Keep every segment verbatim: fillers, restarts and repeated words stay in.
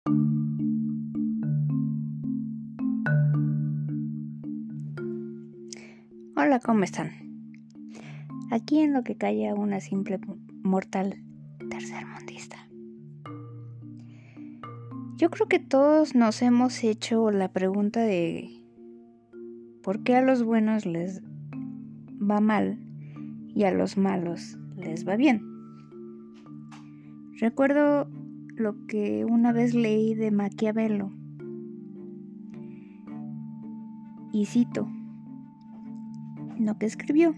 Hola, ¿cómo están? Aquí en lo que calla una simple mortal tercermundista. Yo creo que todos nos hemos hecho la pregunta de ¿por qué a los buenos les va mal y a los malos les va bien? Recuerdo lo que una vez leí de Maquiavelo y cito lo que escribió.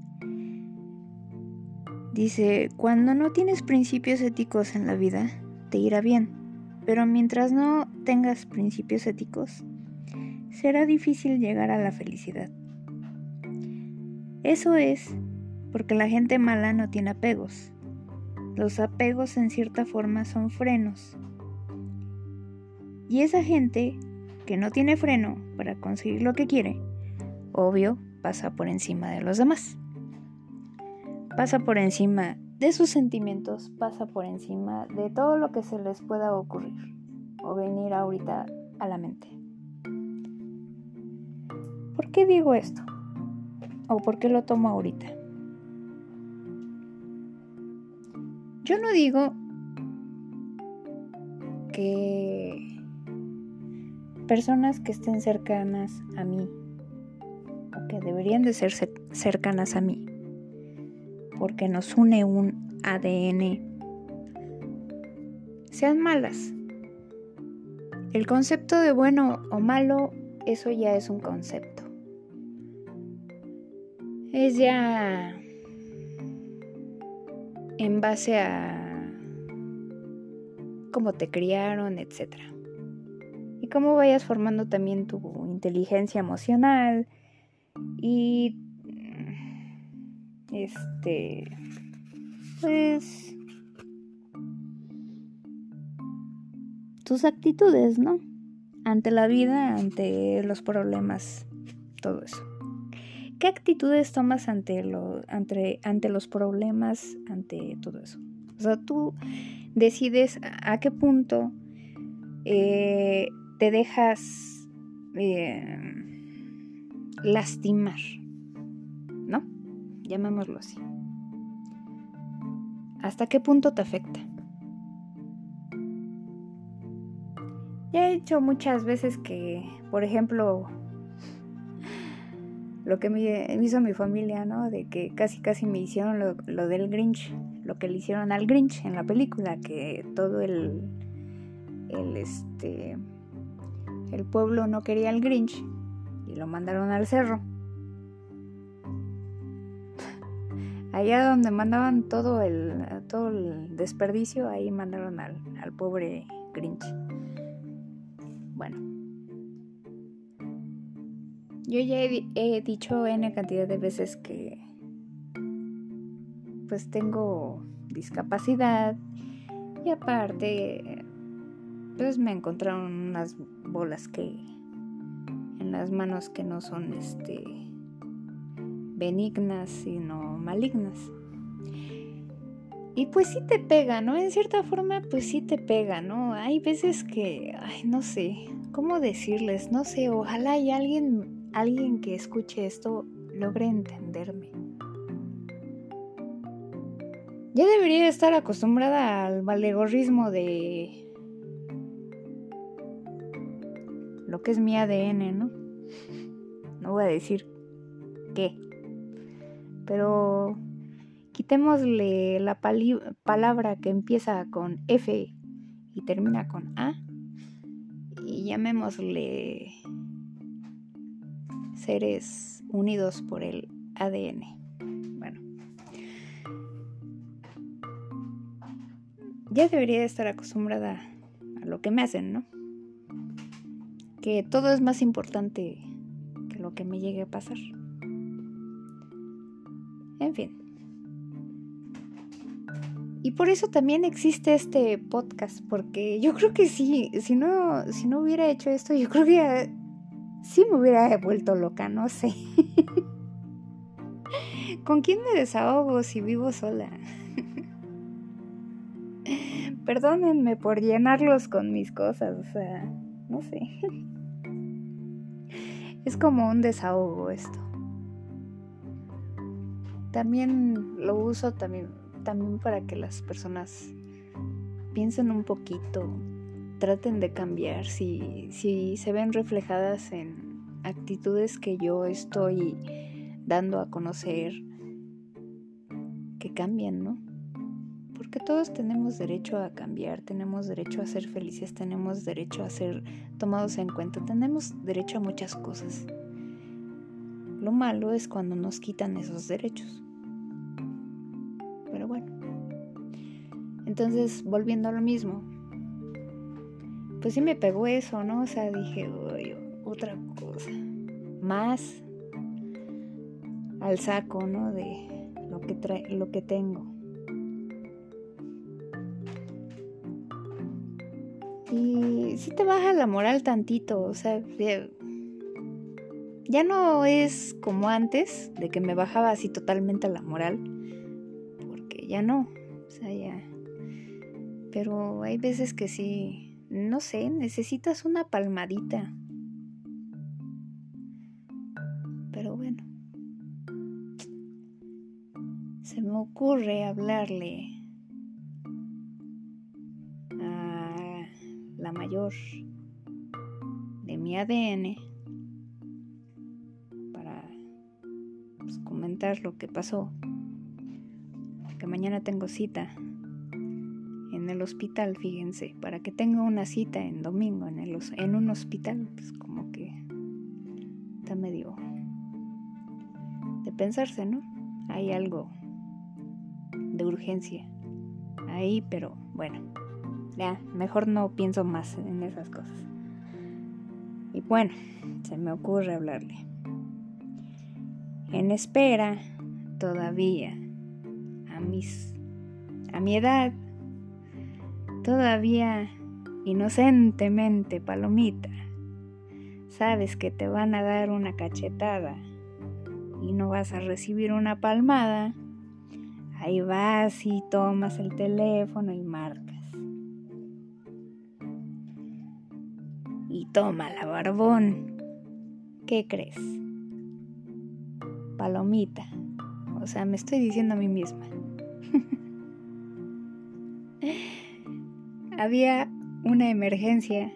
Dice, cuando no tienes principios éticos en la vida, te irá bien, pero mientras no tengas principios éticos, será difícil llegar a la felicidad. Eso es porque la gente mala no tiene apegos. Los apegos en cierta forma son frenos. Y esa gente que no tiene freno para conseguir lo que quiere, obvio, pasa por encima de los demás. Pasa por encima de sus sentimientos, pasa por encima de todo lo que se les pueda ocurrir o venir ahorita a la mente. ¿Por qué digo esto? ¿O por qué lo tomo ahorita? Yo no digo que personas que estén cercanas a mí o que deberían de ser cercanas a mí porque nos une un A D N sean malas. El concepto de bueno o malo, eso ya es un concepto. Es ya en base a cómo te criaron, etcétera. Y cómo vayas formando también tu inteligencia emocional y este pues tus actitudes, ¿no? Ante la vida, ante los problemas, todo eso. ¿Qué actitudes tomas ante, lo, ante, ante los problemas, ante todo eso? O sea, tú decides a, a qué punto eh, te dejas eh, lastimar, ¿no? Llamémoslo así. ¿Hasta qué punto te afecta? Ya he dicho muchas veces que, por ejemplo, lo que me hizo mi familia, ¿no? De que casi casi me hicieron lo, lo del Grinch, lo que le hicieron al Grinch en la película, que todo el, el este, el pueblo no quería al Grinch y lo mandaron al cerro. Allá donde mandaban todo el, todo el desperdicio, ahí mandaron al, al pobre Grinch. Bueno, yo ya he, he dicho N cantidad de veces que pues tengo discapacidad y aparte pues me encontraron unas bolas que en las manos que no son este benignas sino malignas. Y pues sí te pega, ¿no? En cierta forma pues sí te pega, ¿no? Hay veces que, ay, no sé cómo decirles, no sé, ojalá hay alguien, alguien que escuche esto logre entenderme. Ya debería estar acostumbrada al valegorrismo de lo que es mi A D N, ¿no? No voy a decir qué, pero quitémosle la pali- palabra que empieza con F y termina con A y llamémosle seres unidos por el A D N. Bueno, ya debería estar acostumbrada a lo que me hacen, ¿no? Que todo es más importante que lo que me llegue a pasar. En fin. Y por eso también existe este podcast, porque yo creo que sí, si no, si no hubiera hecho esto, yo creo que sí me hubiera vuelto loca, no sé. ¿Con quién me desahogo si vivo sola? Perdónenme por llenarlos con mis cosas, o sea, no sé. Es como un desahogo esto. También lo uso también, también para que las personas piensen un poquito, traten de cambiar, si, si se ven reflejadas en actitudes que yo estoy dando a conocer, que cambien, ¿no? Porque todos tenemos derecho a cambiar, tenemos derecho a ser felices, tenemos derecho a ser tomados en cuenta, tenemos derecho a muchas cosas. Lo malo es cuando nos quitan esos derechos. Pero bueno. Entonces, volviendo a lo mismo, pues sí me pegó eso, ¿no? O sea, dije, uy, otra cosa. Más al saco, ¿no? De lo que trae, lo que tengo. Y sí te baja la moral tantito, o sea, ya no es como antes, de que me bajaba así totalmente la moral, porque ya no, o sea, ya. Pero hay veces que sí, no sé, necesitas una palmadita. Pero bueno, se me ocurre hablarle a la mayor de mi A D N para pues, comentar lo que pasó, que mañana tengo cita en el hospital, fíjense, para que tenga una cita en domingo en, el, en un hospital, pues como que está medio de pensarse, ¿no? Hay algo de urgencia ahí, pero bueno, ya, mejor no pienso más en esas cosas. Y bueno, se me ocurre hablarle. En espera, todavía, a mis, a mi edad, todavía inocentemente, palomita, sabes que te van a dar una cachetada y no vas a recibir una palmada. Ahí vas y tomas el teléfono y marcas. Y tómala, barbón. ¿Qué crees? Palomita. O sea, me estoy diciendo a mí misma. Había una emergencia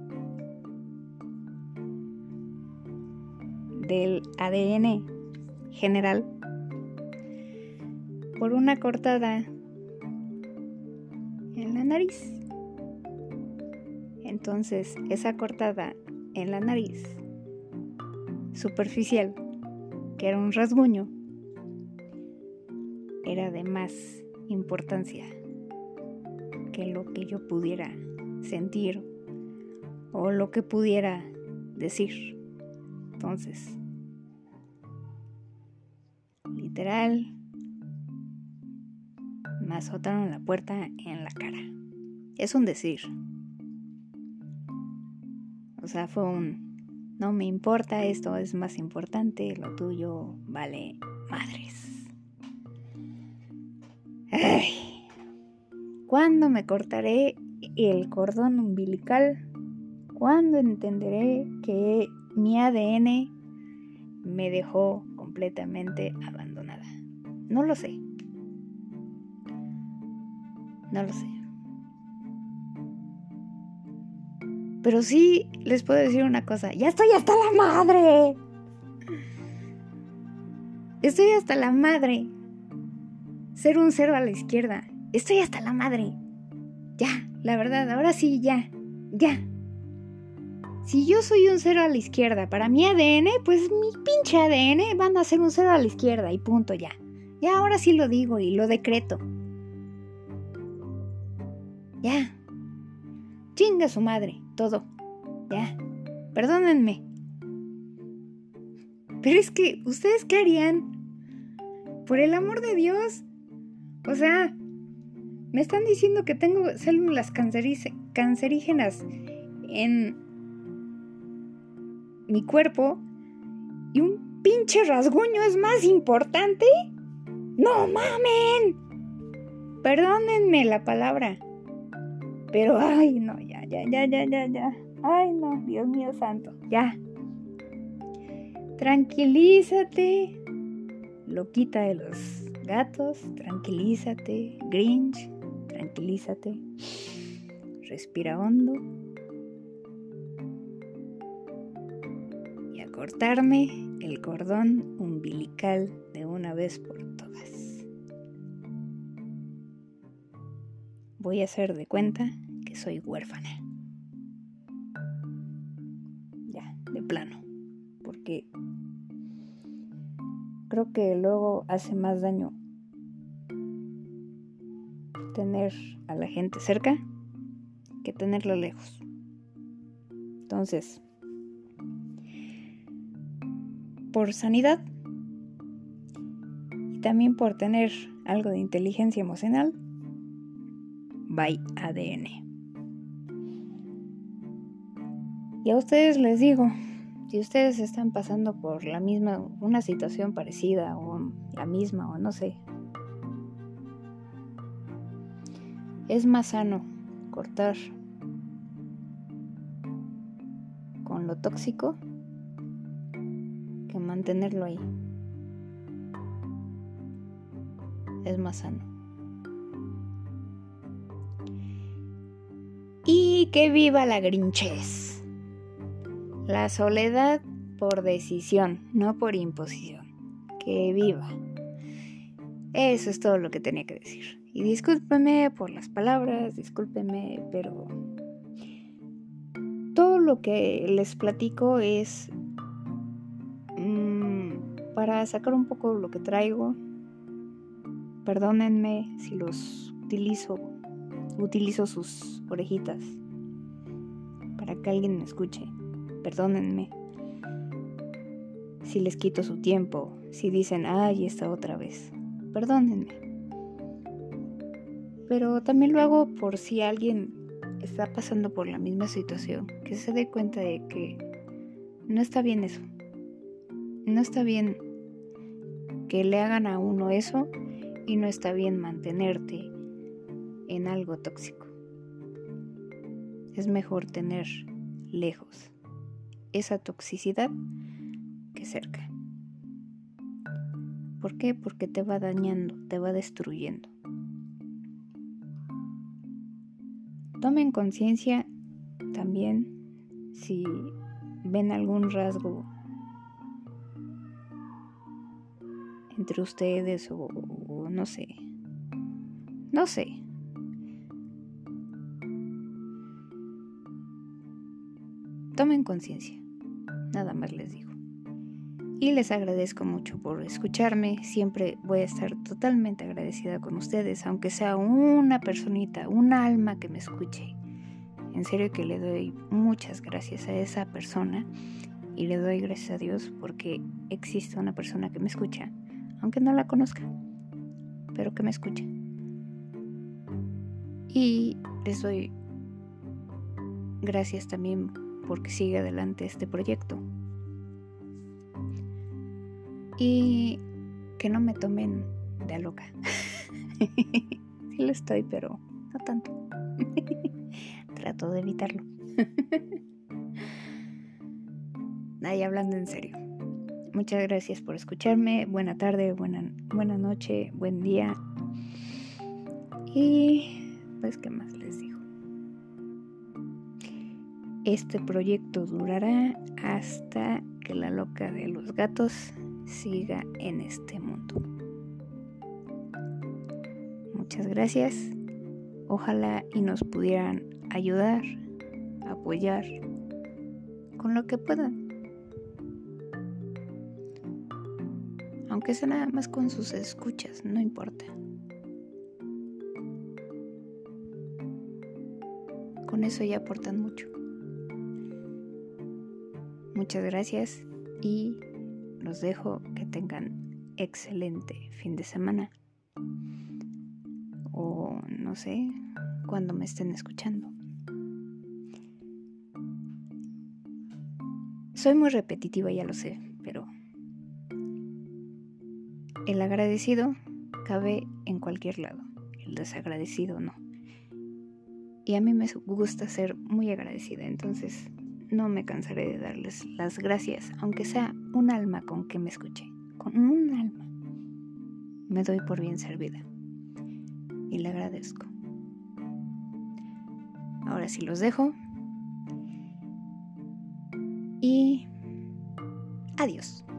del A D N general por una cortada en la nariz. Entonces, esa cortada en la nariz superficial, que era un rasguño, era de más importancia que lo que yo pudiera sentir o lo que pudiera decir. Entonces, literal, me azotaron la puerta en la cara. Es un decir. O sea, fue un, no me importa, esto es más importante, lo tuyo vale madres. Ay, ¿cuándo me cortaré el cordón umbilical? ¿Cuándo entenderé que mi A D N me dejó completamente abandonada? No lo sé. No lo sé. Pero sí les puedo decir una cosa. ¡Ya estoy hasta la madre! Estoy hasta la madre. Ser un cero a la izquierda. Estoy hasta la madre. Ya, la verdad, ahora sí, ya. Ya. Si yo soy un cero a la izquierda para mi A D N, pues mi pinche A D N van a ser un cero a la izquierda y punto, ya. Ya, ahora sí lo digo y lo decreto. Ya. Chinga su madre, todo. Ya. Perdónenme. Pero es que, ¿ustedes qué harían? Por el amor de Dios. O sea, me están diciendo que tengo células cancerice- cancerígenas en mi cuerpo y un pinche rasguño es más importante. ¡No mamen! Perdónenme la palabra. Pero, ay, no, ya, ya, ya, ya, ya, ya. Ay, no, Dios mío santo, ya. Tranquilízate, loquita de los gatos, tranquilízate, Grinch, tranquilízate. Respira hondo. Y a cortarme el cordón umbilical de una vez por todas. Voy a hacer de cuenta que soy huérfana. Ya, de plano. Porque creo que luego hace más daño tener a la gente cerca que tenerla lejos. Entonces, por sanidad y también por tener algo de inteligencia emocional, bye A D N. Y a ustedes les digo, si ustedes están pasando por la misma, una situación parecida o la misma o no sé, es más sano cortar con lo tóxico que mantenerlo ahí. Es más sano. Y que viva la grinchez. La soledad por decisión, no por imposición. Que viva. Eso es todo lo que tenía que decir. Y discúlpeme por las palabras, discúlpeme, pero todo lo que les platico es mmm, para sacar un poco lo que traigo. Perdónenme si los utilizo, utilizo sus orejitas para que alguien me escuche. Perdónenme si les quito su tiempo, si dicen, ay, esta otra vez. Perdónenme. Pero también lo hago por si alguien está pasando por la misma situación, que se dé cuenta de que no está bien eso. No está bien que le hagan a uno eso y no está bien mantenerte en algo tóxico. Es mejor tener lejos esa toxicidad que cerca. ¿Por qué? Porque te va dañando, te va destruyendo. Tomen conciencia también si ven algún rasgo entre ustedes o, o no sé, no sé. Tomen conciencia, nada más les digo. Y les agradezco mucho por escucharme. Siempre voy a estar totalmente agradecida con ustedes, aunque sea una personita, un alma que me escuche. En serio que le doy muchas gracias a esa persona y le doy gracias a Dios porque existe una persona que me escucha, aunque no la conozca, pero que me escucha. Y les doy gracias también porque sigue adelante este proyecto. Y que no me tomen de a loca. Sí lo estoy, pero no tanto. Trato de evitarlo. Ahí hablando en serio. Muchas gracias por escucharme. Buena tarde, buena, buena noche, buen día. Y pues, ¿qué más les digo? Este proyecto durará hasta que la loca de los gatos siga en este mundo. Muchas gracias. Ojalá y nos pudieran ayudar, apoyar con lo que puedan. Aunque sea nada más con sus escuchas, no importa. Con eso ya aportan mucho. Muchas gracias y los dejo que tengan excelente fin de semana. O no sé, cuando me estén escuchando. Soy muy repetitiva, ya lo sé, pero el agradecido cabe en cualquier lado, el desagradecido no. Y a mí me gusta ser muy agradecida, entonces no me cansaré de darles las gracias, aunque sea un alma con que me escuche, con un alma. Me doy por bien servida y le agradezco. Ahora sí los dejo y adiós.